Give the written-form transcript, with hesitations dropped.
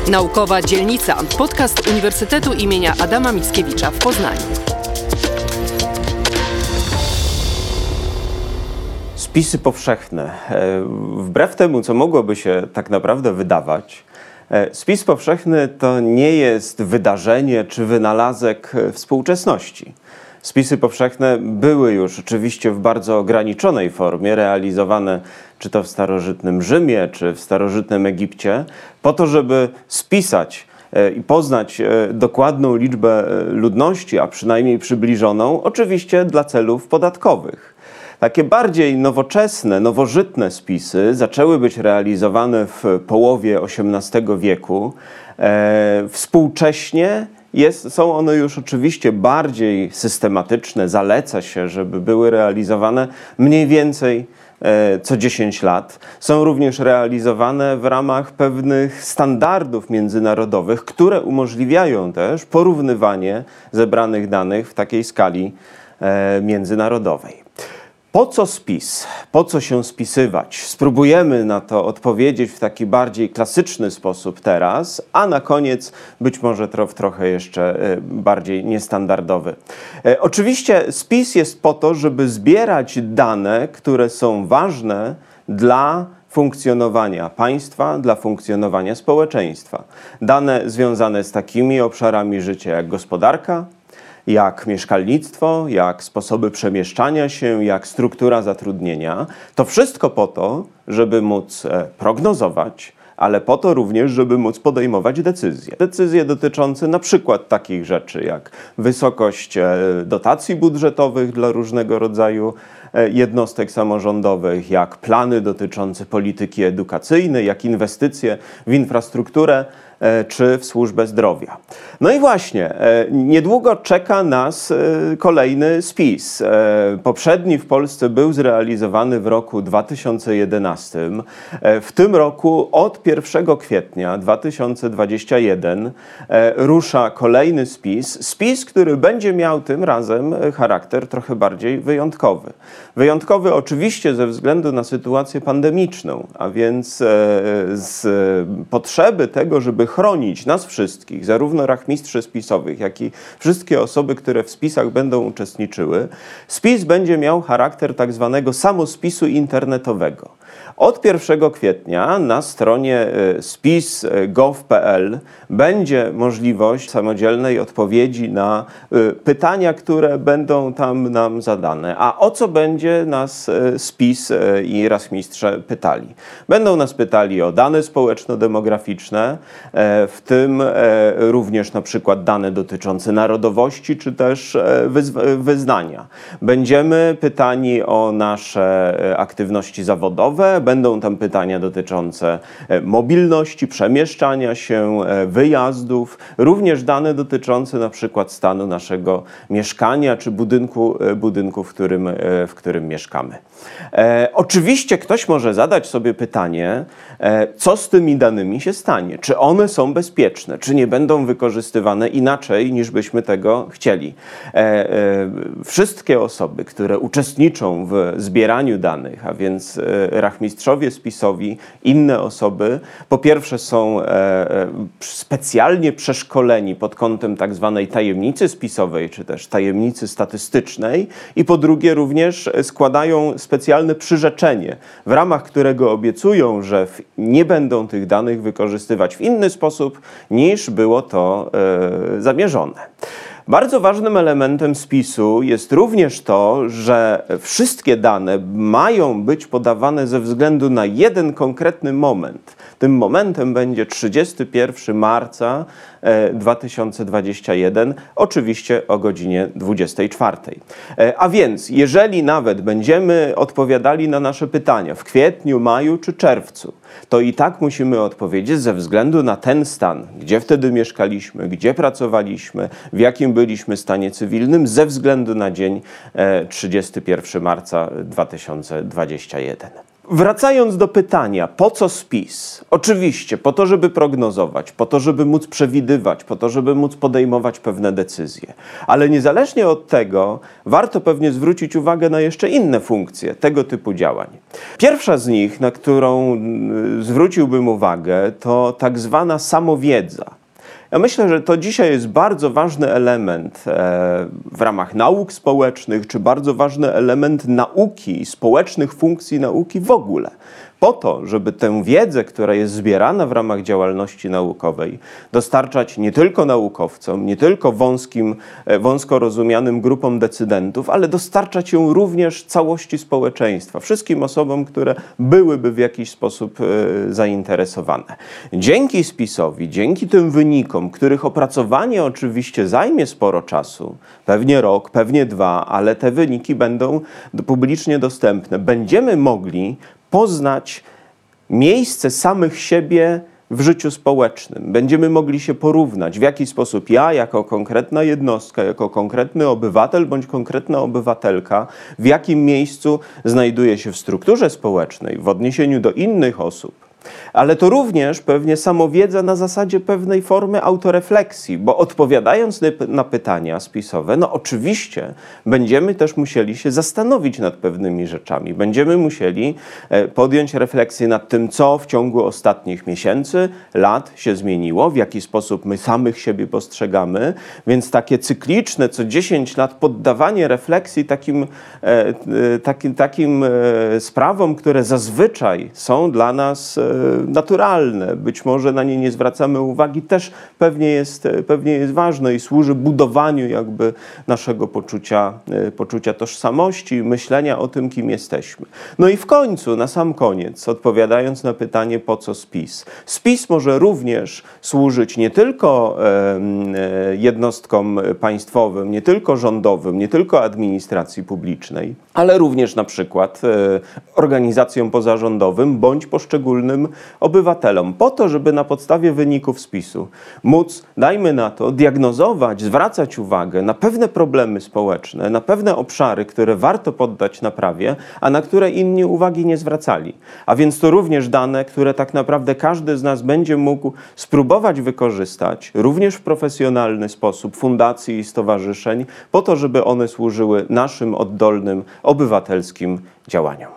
Naukowa Dzielnica. Podcast Uniwersytetu imienia Adama Mickiewicza w Poznaniu. Spisy powszechne. Wbrew temu, co mogłoby się tak naprawdę wydawać, spis powszechny to nie jest wydarzenie czy wynalazek współczesności. Spisy powszechne były już oczywiście w bardzo ograniczonej formie realizowane czy to w starożytnym Rzymie, czy w starożytnym Egipcie, po to, żeby spisać i poznać dokładną liczbę ludności, a przynajmniej przybliżoną, oczywiście dla celów podatkowych. Takie bardziej nowoczesne, nowożytne spisy zaczęły być realizowane w połowie XVIII wieku. Współcześnie są one już oczywiście bardziej systematyczne. Zaleca się, żeby były realizowane mniej więcej co 10 lat. Są również realizowane w ramach pewnych standardów międzynarodowych, które umożliwiają też porównywanie zebranych danych w takiej skali międzynarodowej. Po co spis? Po co się spisywać? Spróbujemy na to odpowiedzieć w taki bardziej klasyczny sposób teraz, a na koniec być może w trochę jeszcze bardziej niestandardowy. Oczywiście spis jest po to, żeby zbierać dane, które są ważne dla funkcjonowania państwa, dla funkcjonowania społeczeństwa. Dane związane z takimi obszarami życia jak gospodarka, jak mieszkalnictwo, jak sposoby przemieszczania się, jak struktura zatrudnienia. To wszystko po to, żeby móc prognozować, ale po to również, żeby móc podejmować decyzje. Decyzje dotyczące na przykład takich rzeczy jak wysokość dotacji budżetowych dla różnego rodzaju jednostek samorządowych, jak plany dotyczące polityki edukacyjnej, jak inwestycje w infrastrukturę czy w służbę zdrowia. No i właśnie, niedługo czeka nas kolejny spis. Poprzedni w Polsce był zrealizowany w roku 2011. W tym roku od 1 kwietnia 2021 rusza kolejny spis. Spis, który będzie miał tym razem charakter trochę bardziej wyjątkowy. Wyjątkowy oczywiście ze względu na sytuację pandemiczną, a więc z potrzeby tego, żeby chronić nas wszystkich, zarówno rachmistrzów spisowych, jak i wszystkie osoby, które w spisach będą uczestniczyły. Spis będzie miał charakter tak zwanego samospisu internetowego. Od 1 kwietnia na stronie spis.gov.pl będzie możliwość samodzielnej odpowiedzi na pytania, które będą tam nam zadane. A o co będzie nas spis i rachmistrze pytali? Będą nas pytali o dane społeczno-demograficzne, w tym również na przykład dane dotyczące narodowości czy też wyznania. Będziemy pytani o nasze aktywności zawodowe, będą tam pytania dotyczące mobilności, przemieszczania się, wyjazdów, również dane dotyczące na przykład stanu naszego mieszkania czy budynku, w którym mieszkamy. Oczywiście ktoś może zadać sobie pytanie, co z tymi danymi się stanie? Czy one są bezpieczne? Czy nie będą wykorzystywane inaczej, niż byśmy tego chcieli? Wszystkie osoby, które uczestniczą w zbieraniu danych, a więc rachmistrzowie spisowi, inne osoby, po pierwsze są specjalnie przeszkoleni pod kątem tak zwanej tajemnicy spisowej, czy też tajemnicy statystycznej i po drugie również składają specjalne przyrzeczenie, w ramach którego obiecują, że nie będą tych danych wykorzystywać w inny sposób, niż było to zamierzone. Bardzo ważnym elementem spisu jest również to, że wszystkie dane mają być podawane ze względu na jeden konkretny moment. Tym momentem będzie 31 marca 2021, oczywiście o godzinie 24. A więc, jeżeli nawet będziemy odpowiadali na nasze pytania w kwietniu, maju czy czerwcu, to i tak musimy odpowiedzieć ze względu na ten stan, gdzie wtedy mieszkaliśmy, gdzie pracowaliśmy, w jakim byliśmy stanie cywilnym, ze względu na dzień 31 marca 2021. Wracając do pytania, po co spis? Oczywiście po to, żeby prognozować, po to, żeby móc przewidywać, po to, żeby móc podejmować pewne decyzje. Ale niezależnie od tego warto pewnie zwrócić uwagę na jeszcze inne funkcje tego typu działań. Pierwsza z nich, na którą zwróciłbym uwagę, to tak zwana samowiedza. Ja myślę, że to dzisiaj jest bardzo ważny element w ramach nauk społecznych, czy bardzo ważny element nauki i społecznych funkcji nauki w ogóle. Po to, żeby tę wiedzę, która jest zbierana w ramach działalności naukowej, dostarczać nie tylko naukowcom, nie tylko wąsko rozumianym grupom decydentów, ale dostarczać ją również całości społeczeństwa, wszystkim osobom, które byłyby w jakiś sposób zainteresowane. Dzięki spisowi, dzięki tym wynikom, których opracowanie oczywiście zajmie sporo czasu, pewnie rok, pewnie 2, ale te wyniki będą publicznie dostępne, będziemy mogli poznać miejsce samych siebie w życiu społecznym. Będziemy mogli się porównać, w jaki sposób ja, jako konkretna jednostka, jako konkretny obywatel bądź konkretna obywatelka, w jakim miejscu znajduję się w strukturze społecznej w odniesieniu do innych osób. Ale to również pewnie samowiedza na zasadzie pewnej formy autorefleksji, bo odpowiadając na pytania spisowe, no oczywiście będziemy też musieli się zastanowić nad pewnymi rzeczami. Będziemy musieli podjąć refleksję nad tym, co w ciągu ostatnich miesięcy, lat się zmieniło, w jaki sposób my samych siebie postrzegamy, więc takie cykliczne, co 10 lat poddawanie refleksji takim sprawom, które zazwyczaj są dla nas naturalne, być może na nie nie zwracamy uwagi, też pewnie jest ważne i służy budowaniu jakby naszego poczucia tożsamości, myślenia o tym, kim jesteśmy. No i w końcu, na sam koniec, odpowiadając na pytanie, po co spis? Spis może również służyć nie tylko jednostkom państwowym, nie tylko rządowym, nie tylko administracji publicznej, ale również na przykład organizacjom pozarządowym bądź poszczególnym obywatelom, po to, żeby na podstawie wyników spisu móc, dajmy na to, diagnozować, zwracać uwagę na pewne problemy społeczne, na pewne obszary, które warto poddać naprawie, a na które inni uwagi nie zwracali. A więc to również dane, które tak naprawdę każdy z nas będzie mógł spróbować wykorzystać, również w profesjonalny sposób, fundacji i stowarzyszeń, po to, żeby one służyły naszym oddolnym, obywatelskim działaniom.